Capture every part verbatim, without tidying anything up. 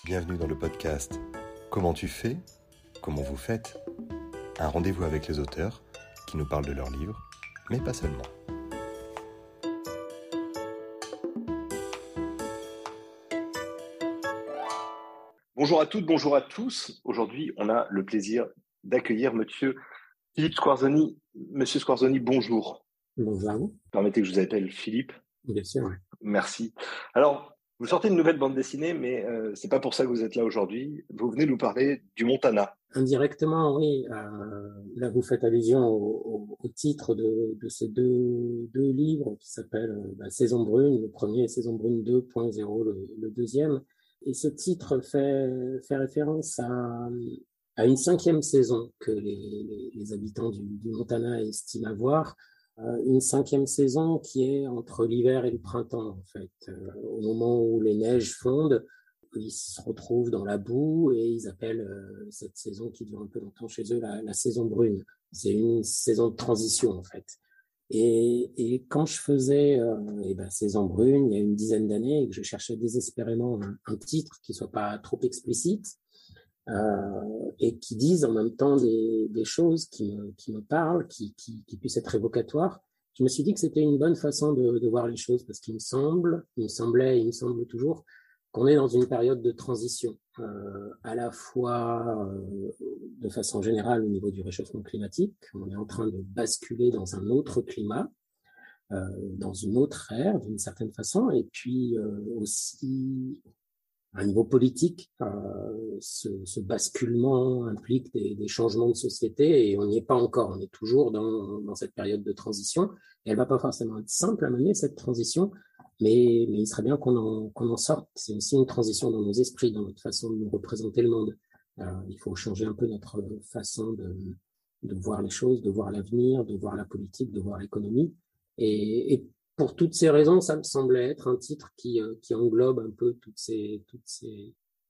Bienvenue dans le podcast Comment tu fais ? Comment vous faites ? Un rendez-vous avec les auteurs qui nous parlent de leurs livres, mais pas seulement. Bonjour à toutes, bonjour à tous. Aujourd'hui, on a le plaisir d'accueillir Monsieur Philippe Squarzoni. Monsieur Squarzoni, bonjour. Bonjour à vous. Permettez que je vous appelle Philippe. Bien sûr, oui. Merci. Alors, vous sortez une nouvelle bande dessinée, mais euh, c'est pas pour ça que vous êtes là aujourd'hui. Vous venez nous parler du Montana. Indirectement, oui. Euh, là, vous faites allusion au, au, au titre de, de ces deux, deux livres qui s'appellent euh, bah, Saison Brune, le premier, et Saison Brune deux point zéro, le, le deuxième. Et ce titre fait, fait référence à, à une cinquième saison que les, les, les habitants du, du Montana estiment avoir. Euh, une cinquième saison qui est entre l'hiver et le printemps, en fait. Euh, au moment où les neiges fondent, ils se retrouvent dans la boue et ils appellent euh, cette saison qui dure un peu longtemps chez eux la, la saison brune. C'est une saison de transition, en fait. Et, et quand je faisais euh, eh ben, Saison Brune, il y a une dizaine d'années, et que je cherchais désespérément un, un titre qui soit pas trop explicite, Euh, et qui disent en même temps des, des choses qui me, qui me parlent, qui, qui, qui puissent être évocatoires. Je me suis dit que c'était une bonne façon de, de voir les choses parce qu'il me semble, il me semblait, il me semble toujours qu'on est dans une période de transition, euh, à la fois euh, de façon générale au niveau du réchauffement climatique. On est en train de basculer dans un autre climat, euh, dans une autre ère d'une certaine façon, et puis euh, aussi à un niveau politique, euh, ce, ce basculement implique des, des changements de société et on n'y est pas encore. On est toujours dans, dans cette période de transition. Et elle va pas forcément être simple à mener, cette transition, mais, mais il serait bien qu'on en, qu'on en sorte. C'est aussi une transition dans nos esprits, dans notre façon de nous représenter le monde. Euh, il faut changer un peu notre façon de, de voir les choses, de voir l'avenir, de voir la politique, de voir l'économie. Et, et pour toutes ces raisons, ça me semblait être un titre qui, euh, qui englobe un peu toutes ces, toutes ces...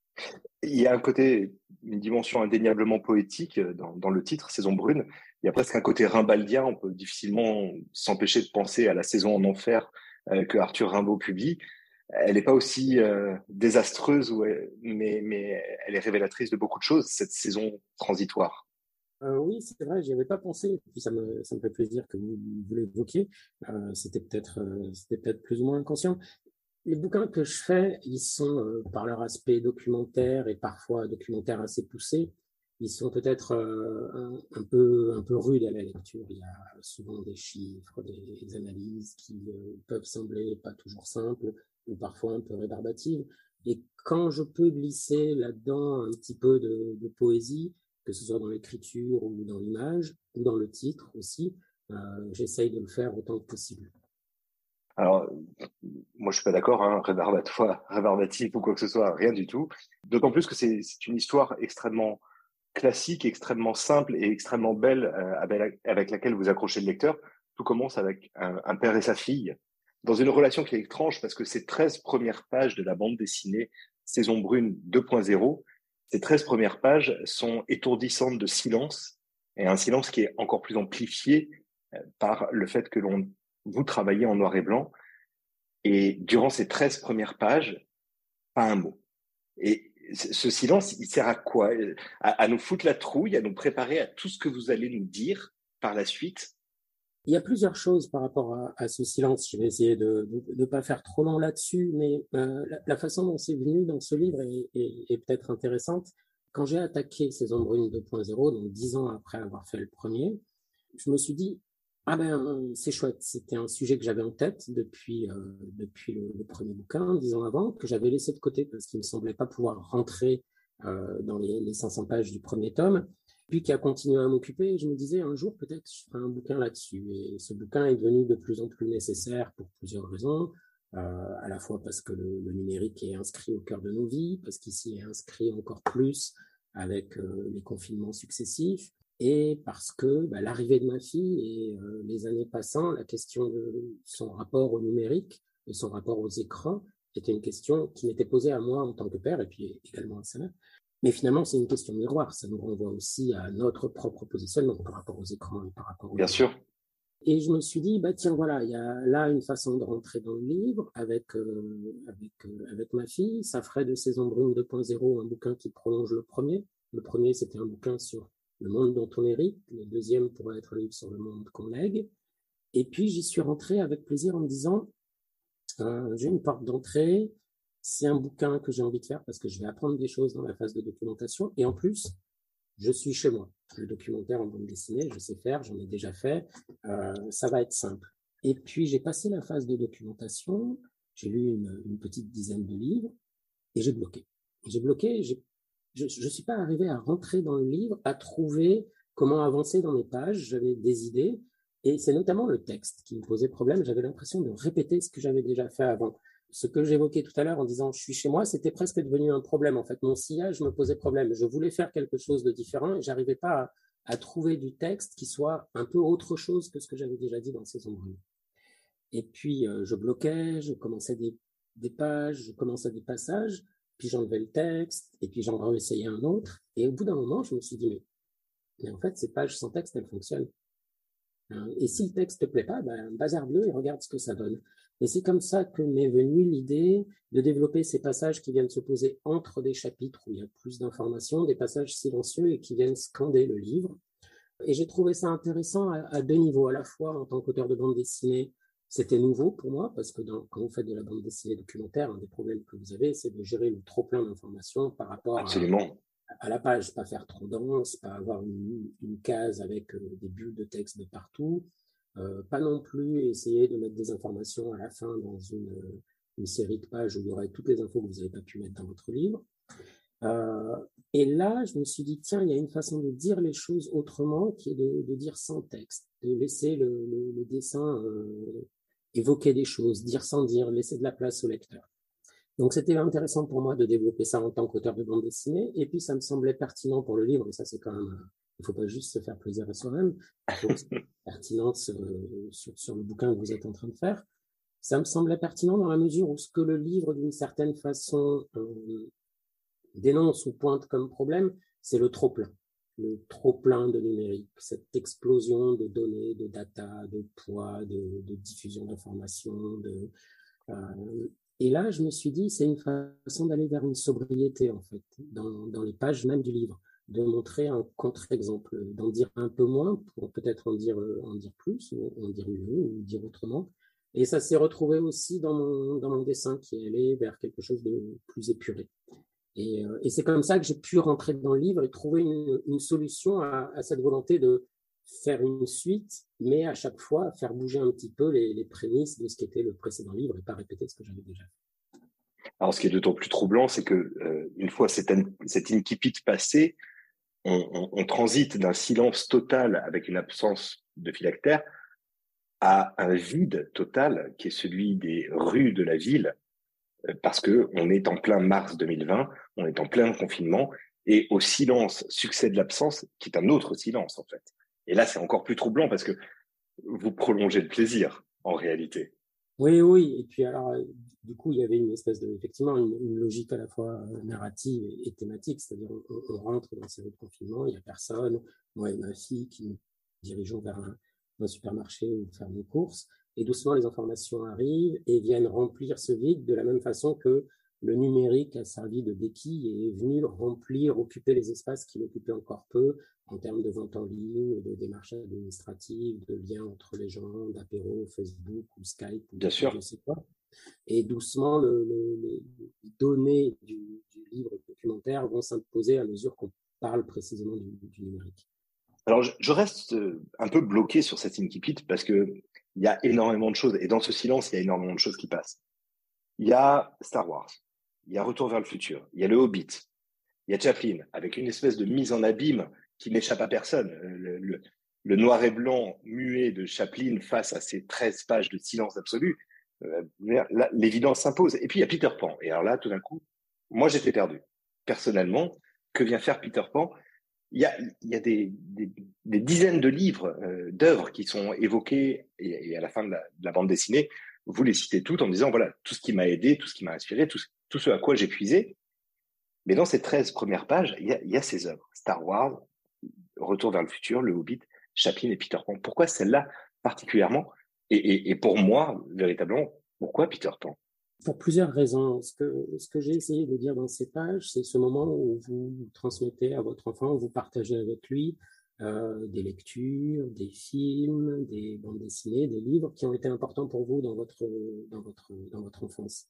Il y a un côté, une dimension indéniablement poétique dans, dans le titre, Saison Brune. Il y a presque un côté rimbaldien. On peut difficilement s'empêcher de penser à la saison en enfer euh, que Arthur Rimbaud publie. Elle n'est pas aussi euh, désastreuse, mais, mais elle est révélatrice de beaucoup de choses, cette saison transitoire. Euh, oui, c'est vrai, j'y avais pas pensé. Et puis ça me, ça me fait plaisir que vous, vous l'évoquiez. Euh, c'était peut-être, euh, c'était peut-être plus ou moins inconscient. Les bouquins que je fais, ils sont, euh, par leur aspect documentaire et parfois documentaire assez poussé, ils sont peut-être euh, un, un peu, un peu rudes à la lecture. Il y a souvent des chiffres, des, des analyses qui euh, peuvent sembler pas toujours simples ou parfois un peu rébarbatives. Et quand je peux glisser là-dedans un petit peu de, de poésie, que ce soit dans l'écriture ou dans l'image, ou dans le titre aussi, euh, j'essaye de le faire autant que possible. Alors, moi je suis pas d'accord, hein, rébarbatoire, rébarbatif ou quoi que ce soit, rien du tout. D'autant plus que c'est, c'est une histoire extrêmement classique, extrêmement simple et extrêmement belle euh, avec, avec laquelle vous accrochez le lecteur. Tout commence avec un, un père et sa fille, dans une relation qui est étrange parce que ces treize premières pages de la bande dessinée Saison Brune deux point zéro, ces treize premières pages sont étourdissantes de silence, et un silence qui est encore plus amplifié euh, par le fait que l'on vous travaillez en noir et blanc, et durant ces treize premières pages, pas un mot. Et ce silence, il sert à quoi ? à, à nous foutre la trouille, à nous préparer à tout ce que vous allez nous dire par la suite ? Il y a plusieurs choses par rapport à, à ce silence. Je vais essayer de ne pas faire trop long là-dessus, mais euh, la, la façon dont c'est venu dans ce livre est, est, est peut-être intéressante. Quand j'ai attaqué Saison Brune deux point zéro, donc dix ans après avoir fait le premier, je me suis dit, ah ben c'est chouette, c'était un sujet que j'avais en tête depuis, euh, depuis le, le premier bouquin, dix ans avant, que j'avais laissé de côté parce qu'il me semblait pas pouvoir rentrer euh, dans les, les cinq cents pages du premier tome. Puis qui a continué à m'occuper, et je me disais un jour peut-être je ferai un bouquin là-dessus. Et ce bouquin est devenu de plus en plus nécessaire pour plusieurs raisons, euh, à la fois parce que le, le numérique est inscrit au cœur de nos vies, parce qu'il s'y est inscrit encore plus avec euh, les confinements successifs, et parce que bah, l'arrivée de ma fille et euh, les années passant, la question de son rapport au numérique, de son rapport aux écrans, était une question qui m'était posée à moi en tant que père, et puis également à sa mère. Mais finalement, c'est une question de miroir. Ça nous renvoie aussi à notre propre positionnement par rapport aux écrans et par rapport aux... Bien sûr. Et je me suis dit, bah tiens, voilà, il y a là une façon de rentrer dans le livre avec, euh, avec, euh, avec ma fille. Ça ferait de Saison Brune deux point zéro un bouquin qui prolonge le premier. Le premier, c'était un bouquin sur le monde dont on hérite. Le deuxième pourrait être un livre sur le monde qu'on lègue. Et puis, j'y suis rentré avec plaisir en me disant, euh, j'ai une porte d'entrée. C'est un bouquin que j'ai envie de faire parce que je vais apprendre des choses dans la phase de documentation. Et en plus, je suis chez moi. Le documentaire en bande dessinée, je sais faire, j'en ai déjà fait. Euh, ça va être simple. Et puis, j'ai passé la phase de documentation. J'ai lu une, une petite dizaine de livres et j'ai bloqué. J'ai bloqué. J'ai, je ne suis pas arrivé à rentrer dans le livre, à trouver comment avancer dans mes pages. J'avais des idées et c'est notamment le texte qui me posait problème. J'avais l'impression de répéter ce que j'avais déjà fait avant. Ce que j'évoquais tout à l'heure en disant je suis chez moi, c'était presque devenu un problème. En fait, mon sillage me posait problème. Je voulais faire quelque chose de différent et j'arrivais pas à, à trouver du texte qui soit un peu autre chose que ce que j'avais déjà dit dans Saison Brune. Et puis, euh, je bloquais, je commençais des, des pages, je commençais des passages, puis j'enlevais le texte, et puis j'en réessayais un autre. Et au bout d'un moment, je me suis dit, mais, mais en fait, ces pages sans texte, elles fonctionnent. Et si le texte te plaît pas, ben, bazarde-le et regarde ce que ça donne. Et c'est comme ça que m'est venue l'idée de développer ces passages qui viennent se poser entre des chapitres où il y a plus d'informations, des passages silencieux et qui viennent scander le livre. Et j'ai trouvé ça intéressant à, à deux niveaux. À la fois, en tant qu'auteur de bande dessinée, c'était nouveau pour moi, parce que dans, quand vous faites de la bande dessinée documentaire, un des problèmes que vous avez, c'est de gérer le trop-plein d'informations par rapport Absolument. à, à la page, pas faire trop dense, pas avoir une, une case avec euh, des bulles de texte de partout, euh, pas non plus essayer de mettre des informations à la fin dans une, une série de pages où il y aurait toutes les infos que vous n'avez pas pu mettre dans votre livre. Euh, et là, je me suis dit, tiens, il y a une façon de dire les choses autrement qui est de, de dire sans texte, de laisser le, le, le dessin euh, évoquer des choses, dire sans dire, laisser de la place au lecteur. Donc, c'était intéressant pour moi de développer ça en tant qu'auteur de bande dessinée. Et puis, ça me semblait pertinent pour le livre. Et ça, c'est quand même, il ne faut pas juste se faire plaisir à soi-même. Il faut aussi être pertinent sur, sur, sur le bouquin que vous êtes en train de faire. Ça me semblait pertinent dans la mesure où ce que le livre, d'une certaine façon, euh, dénonce ou pointe comme problème, c'est le trop-plein. Le trop-plein de numérique, cette explosion de données, de data, de poids, de, de diffusion d'informations. De, euh, et là, je me suis dit, c'est une façon d'aller vers une sobriété, en fait, dans, dans les pages même du livre, de montrer un contre-exemple, d'en dire un peu moins pour peut-être en dire, en dire plus, ou en dire mieux, ou dire autrement. Et ça s'est retrouvé aussi dans mon, dans mon dessin qui est allé vers quelque chose de plus épuré. Et, euh, et c'est comme ça que j'ai pu rentrer dans le livre et trouver une, une solution à, à cette volonté de faire une suite, mais à chaque fois faire bouger un petit peu les, les prémices de ce qu'était le précédent livre et pas répéter ce que j'avais déjà fait. Alors, ce qui est d'autant plus troublant, c'est que euh, une fois cette, cette incipit passée, on, on, on transite d'un silence total avec une absence de phylactère à un vide total qui est celui des rues de la ville, parce que on est en plein mars deux mille vingt, on est en plein confinement, et au silence succède l'absence, qui est un autre silence en fait. Et là, c'est encore plus troublant parce que vous prolongez le plaisir en réalité. Oui, oui. Et puis alors, du coup, il y avait une espèce de, effectivement, une, une logique à la fois narrative et, et thématique, c'est-à-dire on, on rentre dans ces rues de confinement, il n'y a personne, moi et ma fille qui nous dirigeons vers un, un supermarché ou faire nos courses. Et doucement, les informations arrivent et viennent remplir ce vide de la même façon que le numérique a servi de béquille et est venu remplir, occuper les espaces qu'il occupait encore peu en termes de vente en ligne, de démarches administratives, de liens entre les gens, d'apéro, Facebook ou Skype ou Bien sûr. je sais quoi. Et doucement, le, le, les données du, du livre documentaire vont s'imposer à mesure qu'on parle précisément du, du numérique. Alors, je, je reste un peu bloqué sur cette incipit parce que il y a énormément de choses, et dans ce silence, il y a énormément de choses qui passent. Il y a Star Wars, il y a Retour vers le futur, il y a le Hobbit, il y a Chaplin, avec une espèce de mise en abîme qui n'échappe à personne. Le, le, le noir et blanc muet de Chaplin face à ces treize pages de silence absolu, euh, là, l'évidence s'impose. Et puis, il y a Peter Pan. Et alors là, tout d'un coup, moi, j'étais perdu. Personnellement, que vient faire Peter Pan ? Il y a, il y a des, des, des dizaines de livres, euh, d'œuvres qui sont évoquées et, et à la fin de la, de la bande dessinée, vous les citez toutes en disant, voilà, tout ce qui m'a aidé, tout ce qui m'a inspiré, tout, tout ce à quoi j'ai puisé. Mais dans ces treize premières pages, il y a, il y a ces œuvres. Star Wars, Retour vers le futur, Le Hobbit, Chaplin et Peter Pan. Pourquoi celles-là particulièrement. Et, et, et pour moi, véritablement, pourquoi Peter Pan? Pour plusieurs raisons. Ce que, ce que j'ai essayé de dire dans ces pages, c'est ce moment où vous transmettez à votre enfant, vous partagez avec lui euh, des lectures, des films, des bandes dessinées, des livres qui ont été importants pour vous dans votre, dans votre, dans votre enfance.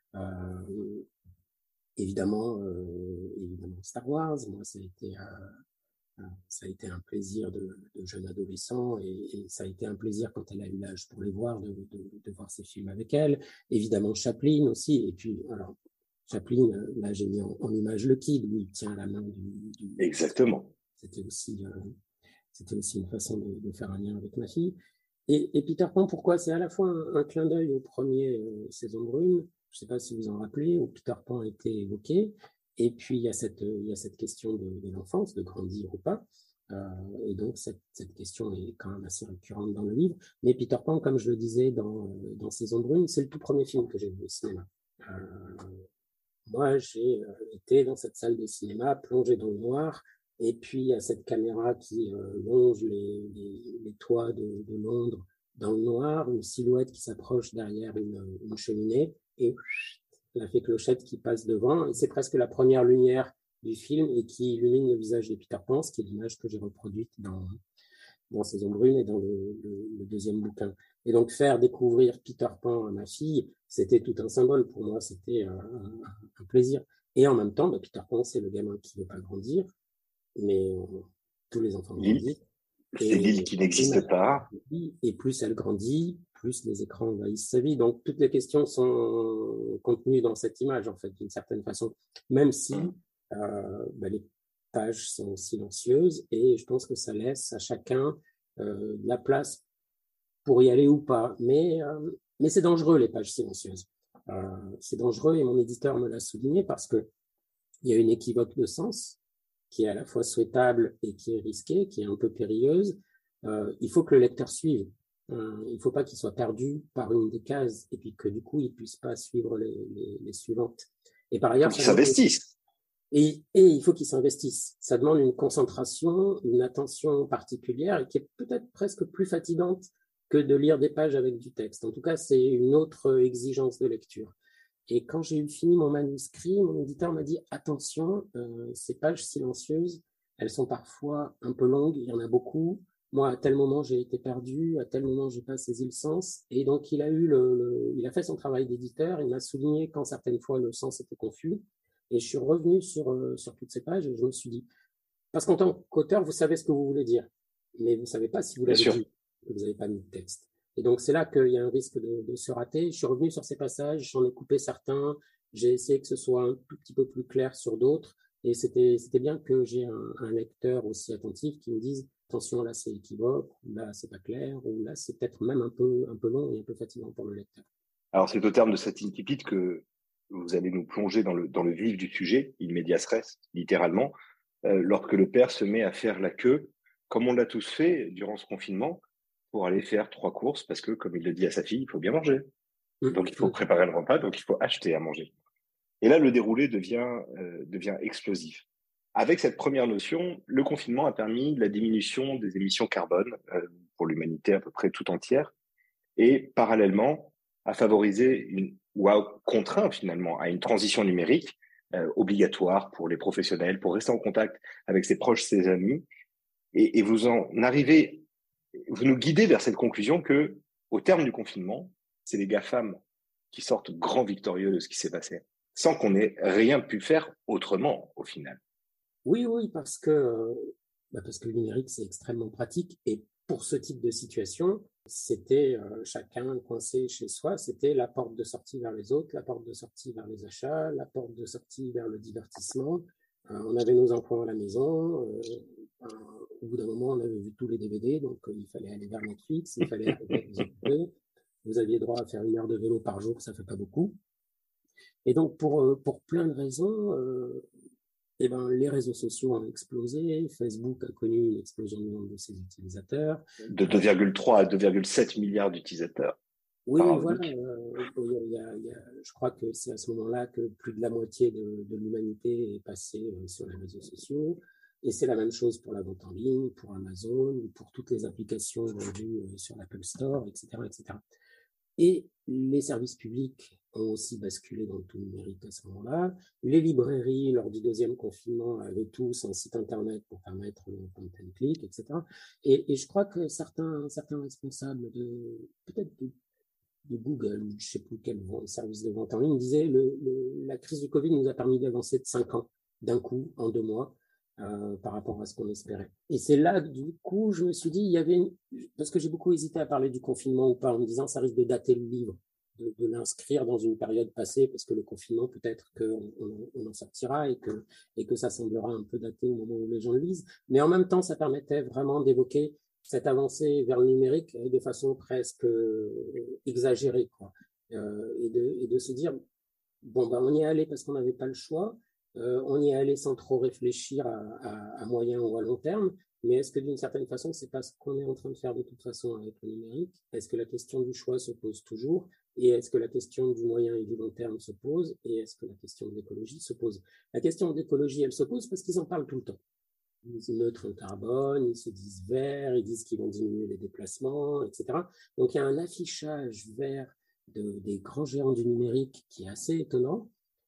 Euh, évidemment, euh, évidemment Star Wars, moi ça a été, euh, ça a été un plaisir de, de jeune adolescent et, et ça a été un plaisir quand elle a eu l'âge pour les voir, de, de, de voir ces films avec elle. Évidemment Chaplin aussi, et puis alors Chaplin, là j'ai mis en, en image le kid, lui il tient la main du... du Exactement. C'était aussi, euh, c'était aussi une façon de, de faire un lien avec ma fille. Et, et Peter Pan, pourquoi? C'est à la fois un, un clin d'œil au premier euh, Saison brune, je ne sais pas si vous en rappelez, où Peter Pan a été évoqué, et puis il y a cette, il y a cette question de, de l'enfance, de grandir ou pas, euh, et donc cette, cette question est quand même assez récurrente dans le livre. Mais Peter Pan, comme je le disais dans, dans Saison brune, c'est le tout premier film que j'ai vu au cinéma. Euh, moi, j'ai euh, été dans cette salle de cinéma, plongé dans le noir, et puis il y a cette caméra qui euh, longe les, les, les toits de, de Londres dans le noir, une silhouette qui s'approche derrière une, une cheminée, et la fée Clochette qui passe devant, et c'est presque la première lumière du film et qui illumine le visage de Peter Pan, ce qui est l'image que j'ai reproduite dans, dans Saison brune et dans le, le, le deuxième bouquin. Et donc faire découvrir Peter Pan à ma fille, c'était tout un symbole pour moi, c'était un, un, un plaisir. Et en même temps, bah, Peter Pan, c'est le gamin qui ne veut pas grandir, mais euh, tous les enfants grandissent. C'est l'île qui n'existe pas. Et plus elle grandit, plus les écrans envahissent sa vie. Donc toutes les questions sont contenues dans cette image, en fait, d'une certaine façon. Même si euh, bah, les pages sont silencieuses, et je pense que ça laisse à chacun euh, la place pour y aller ou pas. Mais, euh, mais c'est dangereux, les pages silencieuses. Euh, c'est dangereux, et mon éditeur me l'a souligné, parce que il y a une équivoque de sens qui est à la fois souhaitable et qui est risquée, qui est un peu périlleuse. Euh, il faut que le lecteur suive. Euh, il ne faut pas qu'il soit perdu par une des cases et puis que du coup, il ne puisse pas suivre les, les, les suivantes. Et par ailleurs, il faut qu'il s'investisse. Et, et il faut qu'il s'investisse. Ça demande une concentration, une attention particulière et qui est peut-être presque plus fatigante que de lire des pages avec du texte. En tout cas, c'est une autre exigence de lecture. Et quand j'ai eu fini mon manuscrit, mon éditeur m'a dit « Attention, euh, ces pages silencieuses, elles sont parfois un peu longues, il y en a beaucoup. Moi, à tel moment, j'ai été perdu, à tel moment, j'ai pas saisi le sens. » Et donc, il a, eu le, le, il a fait son travail d'éditeur, il m'a souligné quand certaines fois le sens était confus. Et je suis revenu sur, euh, sur toutes ces pages et je me suis dit, parce qu'en tant qu'auteur, vous savez ce que vous voulez dire, mais vous ne savez pas si vous l'avez dit, que vous n'avez pas mis de texte. Et donc, c'est là qu'il y a un risque de, de se rater. Je suis revenu sur ces passages, j'en ai coupé certains, j'ai essayé que ce soit un tout petit peu plus clair sur d'autres. Et c'était, c'était bien que j'ai un, un lecteur aussi attentif qui me dise, attention, là, c'est équivoque, ou là, c'est pas clair, ou là, c'est peut-être même un peu, un peu long et un peu fatigant pour le lecteur. Alors, c'est au terme de cet incipit que vous allez nous plonger dans le, dans le vif du sujet, in medias res, littéralement, euh, lorsque le père se met à faire la queue, comme on l'a tous fait durant ce confinement, pour aller faire trois courses, parce que, comme il le dit à sa fille, il faut bien manger. Donc, il faut préparer le repas, donc il faut acheter à manger. Et là, le déroulé devient, euh, devient explosif. Avec cette première notion, le confinement a permis la diminution des émissions carbone euh, pour l'humanité à peu près tout entière, et parallèlement, a favorisé une, ou a contraint finalement à une transition numérique euh, obligatoire pour les professionnels, pour rester en contact avec ses proches, ses amis. Et, et vous en arrivez, vous nous guidez vers cette conclusion que, au terme du confinement, c'est les GAFAM qui sortent grands victorieux de ce qui s'est passé, sans qu'on ait rien pu faire autrement au final. Oui, oui, parce que, bah parce que le numérique, c'est extrêmement pratique. Et pour ce type de situation, c'était euh, chacun coincé chez soi, c'était la porte de sortie vers les autres, la porte de sortie vers les achats, la porte de sortie vers le divertissement. Euh, on avait nos enfants à la maison. Euh, euh, au bout d'un moment, on avait vu tous les D V D, donc euh, il fallait aller vers Netflix, il fallait aller vous occuper. Vous aviez droit à faire une heure de vélo par jour, ça fait pas beaucoup. Et donc, pour, pour plein de raisons, euh, eh ben, les réseaux sociaux ont explosé. Facebook a connu une explosion du nombre de ses utilisateurs. De deux virgule trois à deux virgule sept milliards d'utilisateurs. Oui, voilà. Euh, il y a, il y a, je crois que c'est à ce moment-là que plus de la moitié de, de l'humanité est passée euh, sur les réseaux sociaux. Et c'est la même chose pour la vente en ligne, pour Amazon, pour toutes les applications vendues sur l'Apple Store, et cetera, et cetera. Et les services publics ont aussi basculé dans le tout numérique à ce moment-là. Les librairies, lors du deuxième confinement, avaient tous un site internet pour permettre le point and click, et cetera. Et, et je crois que certains, certains responsables de, peut-être de, de Google, ou je ne sais plus quel service de vente en ligne, disaient le, le, la crise du Covid nous a permis d'avancer de cinq ans d'un coup, en deux mois. Euh, par rapport à ce qu'on espérait. Et c'est là, du coup, je me suis dit, il y avait une... parce que j'ai beaucoup hésité à parler du confinement ou pas, en me disant, ça risque de dater le livre, de, de l'inscrire dans une période passée, parce que le confinement, peut-être qu'on on, on en sortira et que, et que ça semblera un peu daté au moment où les gens le lisent. Mais en même temps, ça permettait vraiment d'évoquer cette avancée vers le numérique de façon presque exagérée, quoi. Euh, et, de, et de se dire, bon, ben, on y est allé parce qu'on n'avait pas le choix. Euh, on y est allé sans trop réfléchir à, à, à moyen ou à long terme, mais est-ce que d'une certaine façon, c'est pas ce qu'on est en train de faire de toute façon avec le numérique? Est-ce que la question du choix se pose toujours? Et est-ce que la question du moyen et du long terme se pose? Et est-ce que la question de l'écologie se pose? La question de l'écologie, elle se pose parce qu'ils en parlent tout le temps. Ils disent neutre en carbone, ils se disent verts, ils disent qu'ils vont diminuer les déplacements, et cetera. Donc il y a un affichage vert de, des grands géants du numérique qui est assez étonnant.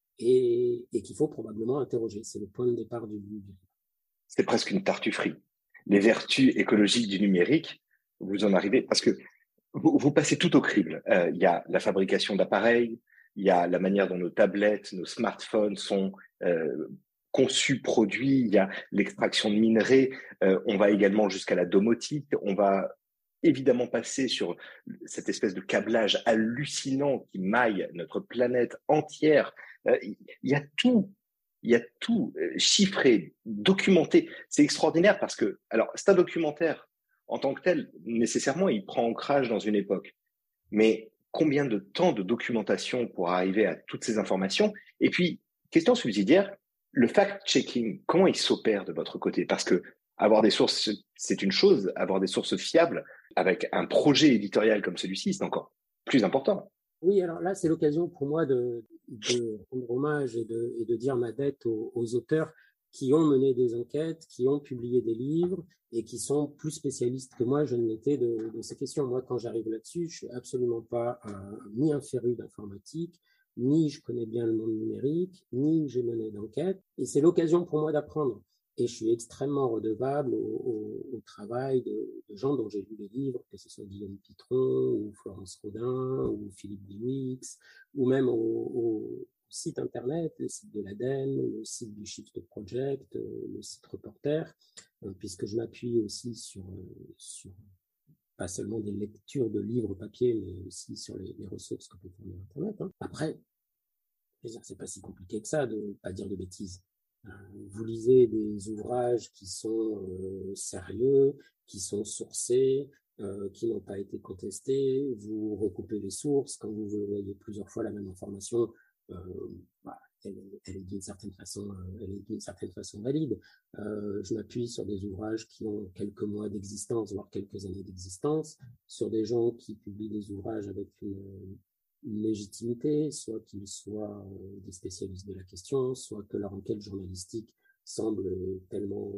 Et, et qu'il faut probablement interroger. C'est le point de départ du livre. C'est presque une tartufferie. Les vertus écologiques du numérique, vous en arrivez, parce que vous, vous passez tout au crible. Euh, il y a la fabrication d'appareils, il y a la manière dont nos tablettes, nos smartphones sont euh, conçus, produits, il y a l'extraction de minerais, euh, on va également jusqu'à la domotique, on va évidemment passer sur cette espèce de câblage hallucinant qui maille notre planète entière. Euh, il y a tout, il y a tout euh, chiffré, documenté. C'est extraordinaire parce que, alors, c'est un documentaire en tant que tel, nécessairement, il prend ancrage dans une époque. Mais combien de temps de documentation pour arriver à toutes ces informations? Et puis, question subsidiaire, le fact-checking, comment il s'opère de votre côté? Parce que avoir des sources, c'est une chose, avoir des sources fiables avec un projet éditorial comme celui-ci, c'est encore plus important. Oui, alors là, c'est l'occasion pour moi de, de rendre hommage et de, et de dire ma dette aux, aux auteurs qui ont mené des enquêtes, qui ont publié des livres et qui sont plus spécialistes que moi, je ne l'étais de, de ces questions. Moi, quand j'arrive là-dessus, je suis absolument pas euh, ni un féru d'informatique, ni je connais bien le monde numérique, ni j'ai mené d'enquête. Et c'est l'occasion pour moi d'apprendre. Et je suis extrêmement redevable au, au, au travail de, de gens dont j'ai lu les livres, que ce soit Guillaume Pitron, ou Florence Rodin, ou Philippe Biwix, ou même au, au site internet, le site de l'ADEME, le site du Shift Project, le site Reporter, puisque je m'appuie aussi sur, sur pas seulement des lectures de livres papier, mais aussi sur les, les ressources que peut fournir Internet. Hein. Après, je veux dire, c'est pas si compliqué que ça de ne pas dire de bêtises. Vous lisez des ouvrages qui sont euh, sérieux, qui sont sourcés, euh, qui n'ont pas été contestés, vous recoupez les sources, quand vous voyez plusieurs fois la même information, euh, bah, elle, elle est d'une certaine façon, euh, elle est d'une certaine façon valide. Euh, je m'appuie sur des ouvrages qui ont quelques mois d'existence, voire quelques années d'existence, sur des gens qui publient des ouvrages avec une une légitimité, soit qu'ils soient des spécialistes de la question, soit que leur enquête journalistique semble tellement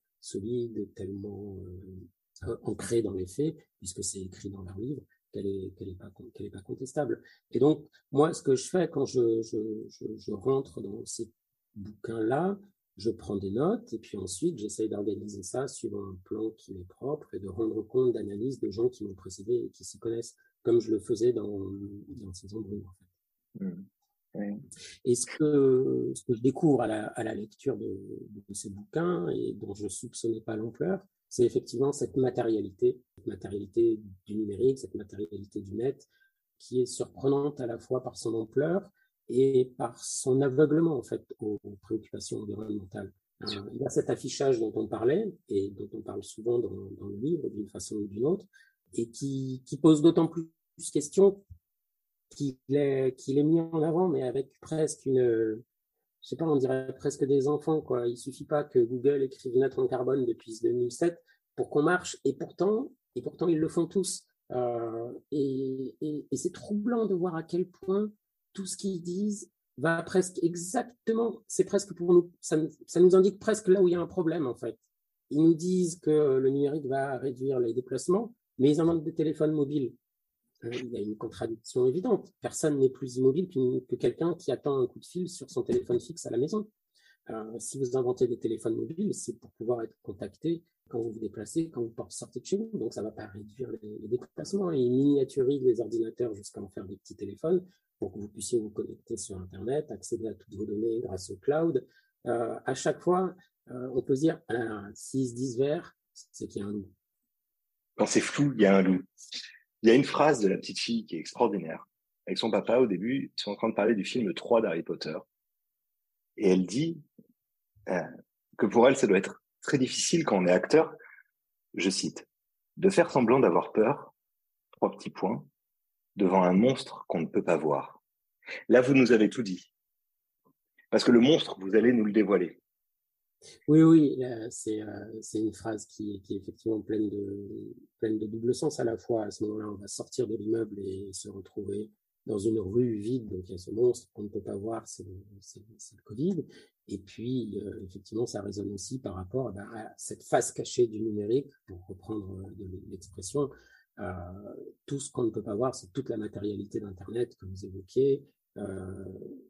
solide, tellement euh, ancrée dans les faits, puisque c'est écrit dans leur livre, qu'elle est, qu'elle est pas, qu'elle est pas contestable. Et donc, moi, ce que je fais quand je, je, je, je rentre dans ces bouquins-là, je prends des notes et puis ensuite j'essaye d'organiser ça suivant un plan qui m'est propre et de rendre compte d'analyses de gens qui m'ont précédé et qui s'y connaissent, comme je le faisais dans, dans Saison Brune, en fait. Mmh. Oui. Et ce que, ce que je découvre à la, à la lecture de, de ces bouquins et dont je ne soupçonnais pas l'ampleur, c'est effectivement cette matérialité, cette matérialité du numérique, cette matérialité du net, qui est surprenante à la fois par son ampleur et par son aveuglement, en fait, aux, aux préoccupations environnementales. Euh, il y a cet affichage dont on parlait, et dont on parle souvent dans, dans le livre, d'une façon ou d'une autre, et qui, qui pose d'autant plus question qu'il est, qu'il est mis en avant, mais avec presque une, je sais pas, on dirait presque des enfants, quoi. Il suffit pas que Google écrive neutre en carbone depuis deux mille sept pour qu'on marche, et pourtant, et pourtant ils le font tous. Euh, et, et, et c'est troublant de voir à quel point tout ce qu'ils disent va presque exactement, c'est presque pour nous, ça, ça nous indique presque là où il y a un problème en fait. Ils nous disent que le numérique va réduire les déplacements, mais ils inventent des téléphones mobiles. Il y a une contradiction évidente. Personne n'est plus immobile que quelqu'un qui attend un coup de fil sur son téléphone fixe à la maison. Euh, si vous inventez des téléphones mobiles, c'est pour pouvoir être contacté quand vous vous déplacez, quand vous sortez de chez vous. Donc, ça ne va pas réduire les, les déplacements. Et ils miniaturisent les ordinateurs jusqu'à en faire des petits téléphones pour que vous puissiez vous connecter sur Internet, accéder à toutes vos données grâce au cloud. Euh, à chaque fois, euh, on peut se dire, ah, s'ils se disent vert, c'est qu'il y a un loup. Quand c'est flou, il y a un loup. Il y a une phrase de la petite fille qui est extraordinaire. Avec son papa, au début, ils sont en train de parler du film trois d'Harry Potter. Et elle dit euh, que pour elle, ça doit être très difficile quand on est acteur, je cite, de faire semblant d'avoir peur, trois petits points, devant un monstre qu'on ne peut pas voir. Là, vous nous avez tout dit. Parce que le monstre, vous allez nous le dévoiler. Oui, oui, c'est, euh, c'est une phrase qui, qui est effectivement pleine de, pleine de double sens à la fois. À ce moment-là, on va sortir de l'immeuble et se retrouver dans une rue vide. Donc, il y a ce monstre qu'on ne peut pas voir, c'est le, c'est, c'est le Covid. Et puis, euh, effectivement, ça résonne aussi par rapport à, à cette face cachée du numérique, pour reprendre de l'expression. Euh, tout ce qu'on ne peut pas voir, c'est toute la matérialité d'Internet que vous évoquiez. Euh,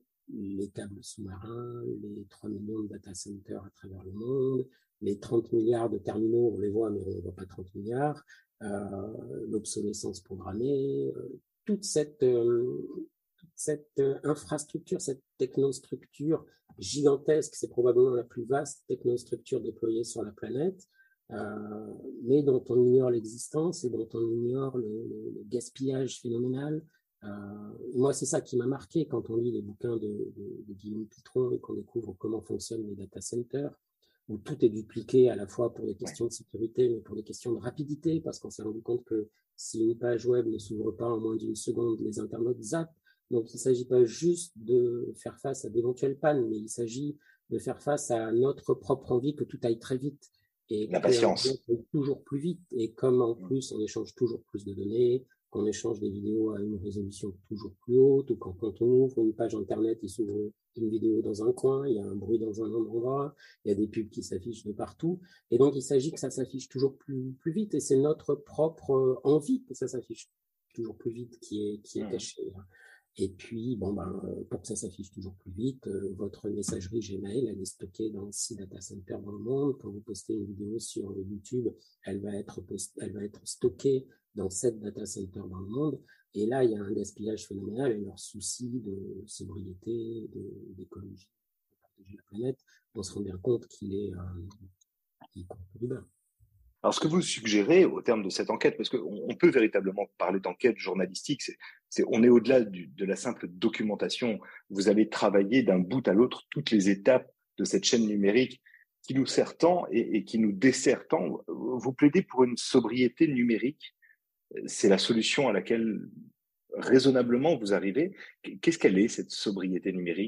les câbles sous-marins, les trois millions de data centers à travers le monde, les trente milliards de terminaux, on les voit, mais on ne voit pas trente milliards, euh, l'obsolescence programmée, euh, toute cette, euh, toute cette euh, infrastructure, cette technostructure gigantesque, c'est probablement la plus vaste technostructure déployée sur la planète, euh, mais dont on ignore l'existence et dont on ignore le, le, le gaspillage phénoménal. Euh, moi, c'est ça qui m'a marqué quand on lit les bouquins de, de, de Guillaume Pitron et qu'on découvre comment fonctionnent les data centers, où tout est dupliqué à la fois pour des questions de sécurité, mais pour des questions de rapidité, parce qu'on s'est rendu compte que si une page web ne s'ouvre pas en moins d'une seconde, les internautes zappent. Donc, il ne s'agit pas juste de faire face à d'éventuelles pannes, mais il s'agit de faire face à notre propre envie que tout aille très vite. Et la patience. Toujours plus vite. Et comme en plus, on échange toujours plus de données, qu'on échange des vidéos à une résolution toujours plus haute, ou quand, quand on ouvre une page internet, il s'ouvre une vidéo dans un coin, il y a un bruit dans un endroit, il y a des pubs qui s'affichent de partout. Et donc, il s'agit que ça s'affiche toujours plus, plus vite. Et c'est notre propre envie que ça s'affiche toujours plus vite qui est, qui est cachée. Et puis, bon, ben, pour que ça s'affiche toujours plus vite, euh, votre messagerie Gmail, elle est stockée dans six data centers dans le monde. Quand vous postez une vidéo sur YouTube, elle va être, post- elle va être stockée dans sept data centers dans le monde. Et là, il y a un gaspillage phénoménal et leur souci de sobriété, de, d'écologie, de protéger la planète, on se rend bien compte qu'il est, euh, qu'il compte du beurre. Alors, ce que vous suggérez au terme de cette enquête, parce qu'on on peut véritablement parler d'enquête journalistique, c'est, c'est on est au-delà du, de la simple documentation. Vous avez travaillé d'un bout à l'autre toutes les étapes de cette chaîne numérique qui nous sert tant et, et qui nous dessert tant. Vous plaidez pour une sobriété numérique. C'est la solution à laquelle raisonablement vous arrivez. Qu'est-ce qu'elle est, cette sobriété numérique ?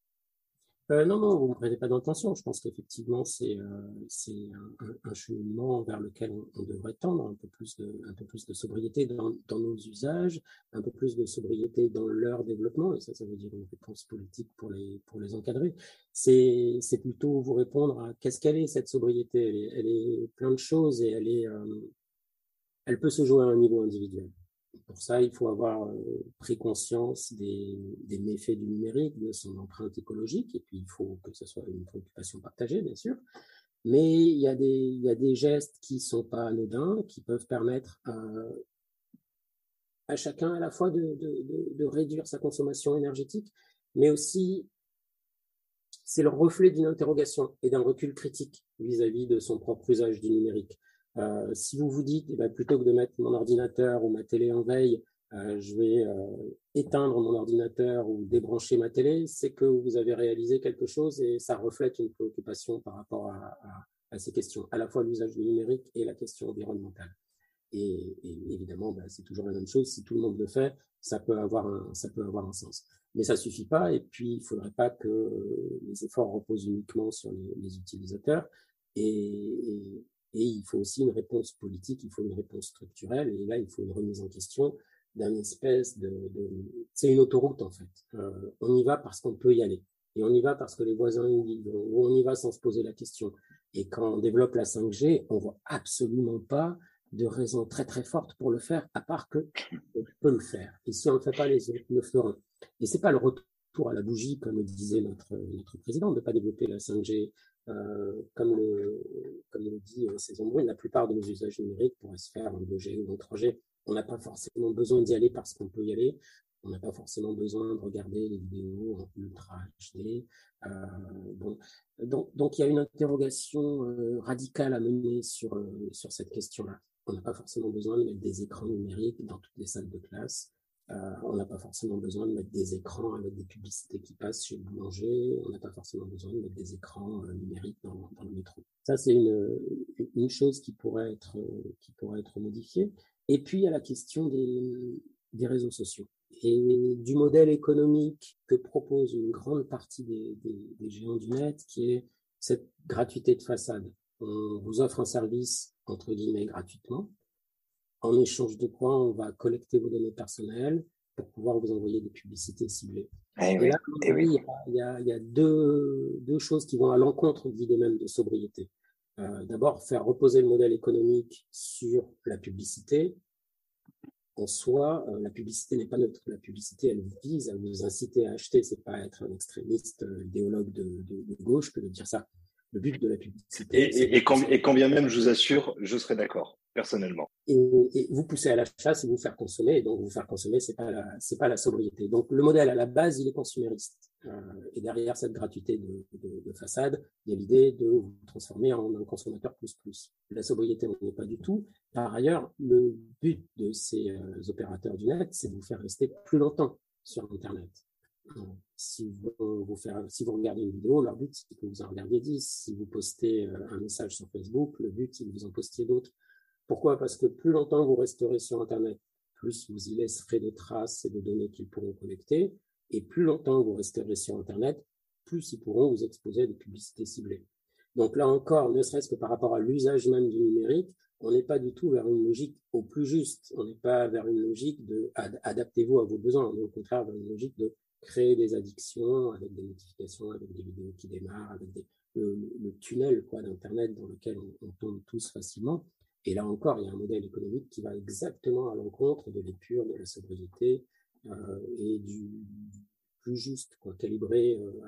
Euh, non, non, vous ne me prêtez pas d'intention. Je pense qu'effectivement, c'est, euh, c'est un, un, un cheminement vers lequel on, on devrait tendre, un peu plus de, un peu plus de sobriété dans, dans nos usages, un peu plus de sobriété dans leur développement, et ça, ça veut dire une réponse politique pour les, pour les encadrer. C'est, c'est plutôt vous répondre à qu'est-ce qu'elle est, cette sobriété. Elle est, elle est plein de choses et elle est, euh, elle peut se jouer à un niveau individuel. Pour ça, il faut avoir euh, pris conscience des, des méfaits du numérique, de son empreinte écologique, et puis il faut que ce soit une préoccupation partagée, bien sûr. Mais il y a des, il y a des gestes qui ne sont pas anodins, qui peuvent permettre à, à chacun à la fois de, de, de, de réduire sa consommation énergétique, mais aussi c'est le reflet d'une interrogation et d'un recul critique vis-à-vis de son propre usage du numérique. Euh, si vous vous dites, eh ben, plutôt que de mettre mon ordinateur ou ma télé en veille, euh, je vais euh, éteindre mon ordinateur ou débrancher ma télé, c'est que vous avez réalisé quelque chose et ça reflète une préoccupation par rapport à, à, à ces questions, à la fois l'usage du numérique et la question environnementale. Et, et évidemment, ben, c'est toujours la même chose. Si tout le monde le fait, ça peut avoir un, ça peut avoir un sens. Mais ça suffit pas. Et puis, il faudrait pas que euh, les efforts reposent uniquement sur les, les utilisateurs. Et, et, et il faut aussi une réponse politique, il faut une réponse structurelle. Et là, il faut une remise en question d'un espèce de, de... C'est une autoroute, en fait. Euh, on y va parce qu'on peut y aller. Et on y va parce que les voisins y vivent. Ou on y va sans se poser la question. Et quand on développe la cinq G, on voit absolument pas de raison très très forte pour le faire, à part que on peut le faire. Et si on ne le fait pas, les autres le feront. Et c'est pas le retour à la bougie, comme le disait notre, notre président, de ne pas développer la cinq G. Euh, comme, le, comme le dit euh, Saison Brune, la plupart de nos usages numériques pourraient se faire en deux G ou en trois G. On n'a pas forcément besoin d'y aller parce qu'on peut y aller. On n'a pas forcément besoin de regarder les vidéos en ultra H D. Euh, bon. donc, donc, il y a une interrogation euh, radicale à mener sur, euh, sur cette question-là. On n'a pas forcément besoin de mettre des écrans numériques dans toutes les salles de classe. Euh, on n'a pas forcément besoin de mettre des écrans avec des publicités qui passent chez le boulanger. On n'a pas forcément besoin de mettre des écrans euh, numériques dans, dans le métro. Ça, c'est une, une chose qui pourrait être, qui pourrait être modifiée. Et puis, il y a la question des, des réseaux sociaux et du modèle économique que propose une grande partie des, des, des géants du net, qui est cette gratuité de façade. On vous offre un service, entre guillemets, gratuitement, en échange de quoi on va collecter vos données personnelles pour pouvoir vous envoyer des publicités ciblées. Eh et oui, là, eh oui. il y a, il y a deux, deux choses qui vont à l'encontre de l'idée même de sobriété. Euh, d'abord, faire reposer le modèle économique sur la publicité. En soi, euh, la publicité n'est pas neutre. La publicité, elle vise à vous inciter à acheter. C'est pas être un extrémiste euh, idéologue de, de, de gauche que de dire ça. Le but de la publicité... Et, et, et, quand, et quand bien même, je vous assure, je serais d'accord, personnellement. Et, et vous pousser à l'achat, c'est vous faire consommer. Et donc, vous faire consommer, c'est pas la, c'est pas la sobriété. Donc, le modèle, à la base, il est consumériste. Euh, et derrière cette gratuité de, de, de façade, il y a l'idée de vous transformer en un consommateur plus plus. La sobriété, on n'y est pas du tout. Par ailleurs, le but de ces euh, opérateurs du net, c'est de vous faire rester plus longtemps sur Internet. Si vous, vous faire, si vous regardez une vidéo, leur but, c'est que vous en regardiez dix. Si vous postez un message sur Facebook, le but, c'est que vous en postiez d'autres. Pourquoi? Parce que plus longtemps vous resterez sur Internet, plus vous y laisserez de traces et de données qu'ils pourront collecter, et plus longtemps vous resterez sur Internet, plus ils pourront vous exposer à des publicités ciblées. Donc là encore, ne serait-ce que par rapport à l'usage même du numérique, on n'est pas du tout vers une logique au plus juste. On n'est pas vers une logique de ad, adaptez-vous à vos besoins. On est au contraire vers une logique de créer des addictions avec des notifications, avec des vidéos qui démarrent, avec des, le, le tunnel quoi, d'Internet dans lequel on, on tombe tous facilement. Et là encore, il y a un modèle économique qui va exactement à l'encontre de l'épure, de la sobriété euh, et du plus juste, quoi, calibrer euh,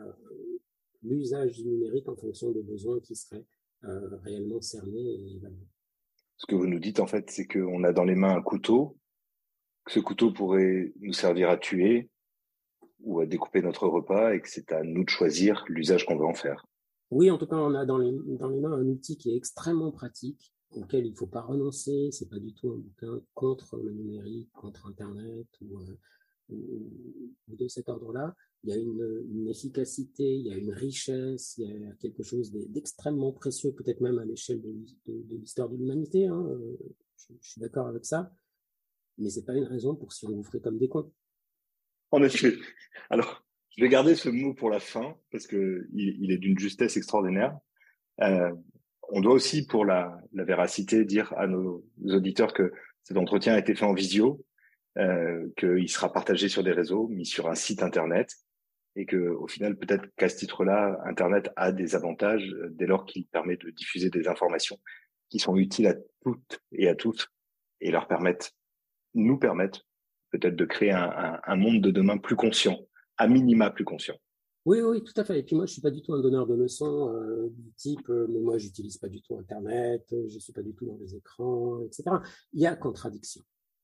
l'usage du numérique en fonction des besoins qui seraient euh, réellement cernés et évalués. Ce que vous nous dites, en fait, c'est qu'on a dans les mains un couteau, que ce couteau pourrait nous servir à tuer ou à découper notre repas et que c'est à nous de choisir l'usage qu'on veut en faire. Oui, en tout cas, on a dans les, dans les mains un outil qui est extrêmement pratique, auquel il ne faut pas renoncer. C'est pas du tout un bouquin contre le numérique, contre Internet ou, euh, ou, ou de cet ordre-là. Il y a une, une efficacité, il y a une richesse, il y a quelque chose d'extrêmement précieux, peut-être même à l'échelle de, de, de l'histoire de l'humanité. Hein. Je, je suis d'accord avec ça, mais c'est pas une raison pour s'y engouffrer comme des cons. En effet. Alors, je vais garder ce mot pour la fin parce que il, il est d'une justesse extraordinaire. Euh, on doit aussi, pour la, la véracité, dire à nos auditeurs que cet entretien a été fait en visio, euh, qu'il sera partagé sur des réseaux, mis sur un site internet, et que, au final, peut-être qu'à ce titre-là, Internet a des avantages dès lors qu'il permet de diffuser des informations qui sont utiles à toutes et à tous et leur permettent, nous permettent peut-être de créer un, un, un monde de demain plus conscient, à minima plus conscient. Oui, oui, tout à fait. Et puis moi, je suis pas du tout un donneur de leçons euh, du type, euh, mais moi, j'utilise pas du tout Internet, je suis pas du tout dans les écrans, et cetera. Il y a contradiction.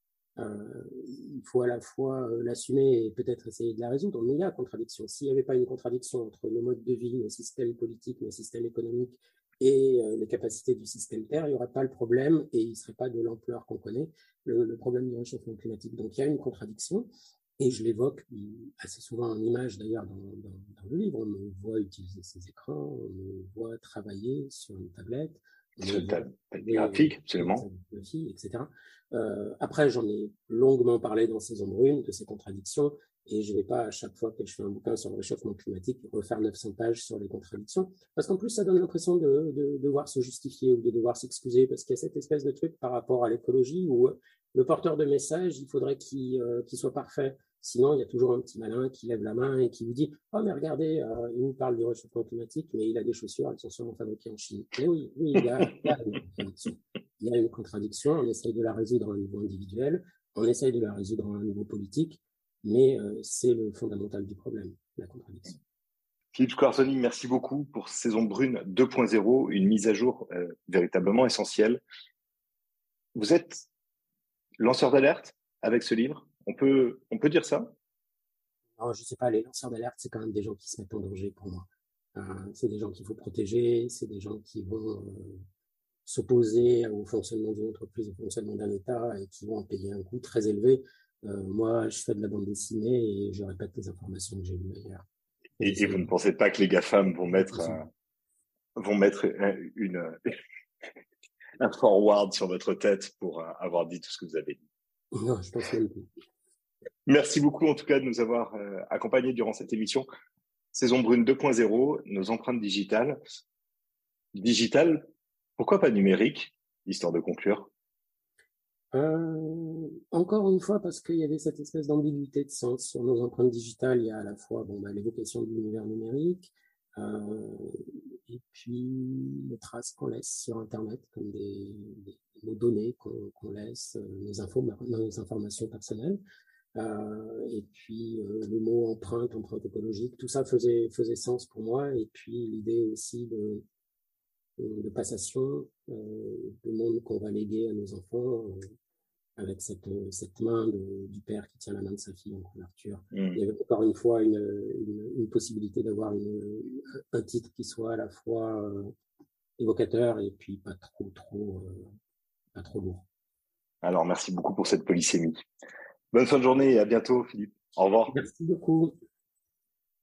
Euh, il faut à la fois euh, l'assumer et peut-être essayer de la résoudre, mais il y a contradiction. S'il n'y avait pas une contradiction entre nos modes de vie, nos systèmes politiques, nos systèmes économiques et euh, les capacités du système Terre, il n'y aurait pas le problème et il ne serait pas de l'ampleur qu'on connaît, le, le problème du réchauffement climatique. Donc il y a une contradiction. Et je l'évoque assez souvent en image d'ailleurs dans, dans, dans le livre. On me voit utiliser ces écrans, on me voit travailler sur une tablette. Sur une tablette graphique, absolument. et cetera. Euh, après, j'en ai longuement parlé dans Saison Brune de ces contradictions et je ne vais pas à chaque fois que je fais un bouquin sur le réchauffement climatique refaire neuf cents pages sur les contradictions parce qu'en plus ça donne l'impression de, de, de devoir se justifier ou de devoir s'excuser parce qu'il y a cette espèce de truc par rapport à l'écologie où le porteur de message, il faudrait qu'il euh, qu'il soit parfait. Sinon, il y a toujours un petit malin qui lève la main et qui vous dit « Oh, mais regardez, euh, il nous parle du réchauffement climatique, mais il a des chaussures, elles sont sûrement fabriquées en Chine. » Mais oui, oui, il y a, il y a une contradiction. Il y a une contradiction, on essaye de la résoudre à un niveau individuel, on essaye de la résoudre à un niveau politique, mais euh, c'est le fondamental du problème, la contradiction. Philippe Squarzoni, merci beaucoup pour Saison Brune deux point zéro, une mise à jour euh, véritablement essentielle. Vous êtes lanceur d'alerte avec ce livre, on peut, on peut dire ça? Alors, je ne sais pas, les lanceurs d'alerte, c'est quand même des gens qui se mettent en danger pour moi. Euh, c'est des gens qu'il faut protéger, c'est des gens qui vont euh, s'opposer au fonctionnement d'une entreprise, au fonctionnement d'un État et qui vont en payer un coût très élevé. Euh, moi, je fais de la bande dessinée et je répète les informations que j'ai lues ailleurs. Et, et vous ne pensez pas que les GAFAM vont mettre, un, vont mettre une, un forward sur votre tête pour avoir dit tout ce que vous avez dit? Non, je pense même pas. Merci beaucoup en tout cas de nous avoir euh, accompagnés durant cette émission. Saison Brune deux point zéro, nos empreintes digitales. Digitales, pourquoi pas numérique, histoire de conclure? Euh, encore une fois, parce qu'il y avait cette espèce d'ambiguïté de sens sur nos empreintes digitales. Il y a à la fois bon, bah, l'évocation de l'univers numérique euh, et puis les traces qu'on laisse sur Internet, comme des, des nos données qu'on qu'on laisse, nos, infos, nos informations personnelles. Euh, et puis euh, le mot empreinte, empreinte écologique, tout ça faisait, faisait sens pour moi. Et puis l'idée aussi de, de passation, euh, de monde qu'on va léguer à nos enfants, euh, avec cette, cette main de, du père qui tient la main de sa fille en couverture. Mmh. Il y avait encore une fois une, une, une possibilité d'avoir une, un titre qui soit à la fois euh, évocateur et puis pas trop, trop, euh, pas trop lourd. Alors, merci beaucoup pour cette polysémie. Bonne fin de journée et à bientôt, Philippe. Au revoir. Merci beaucoup.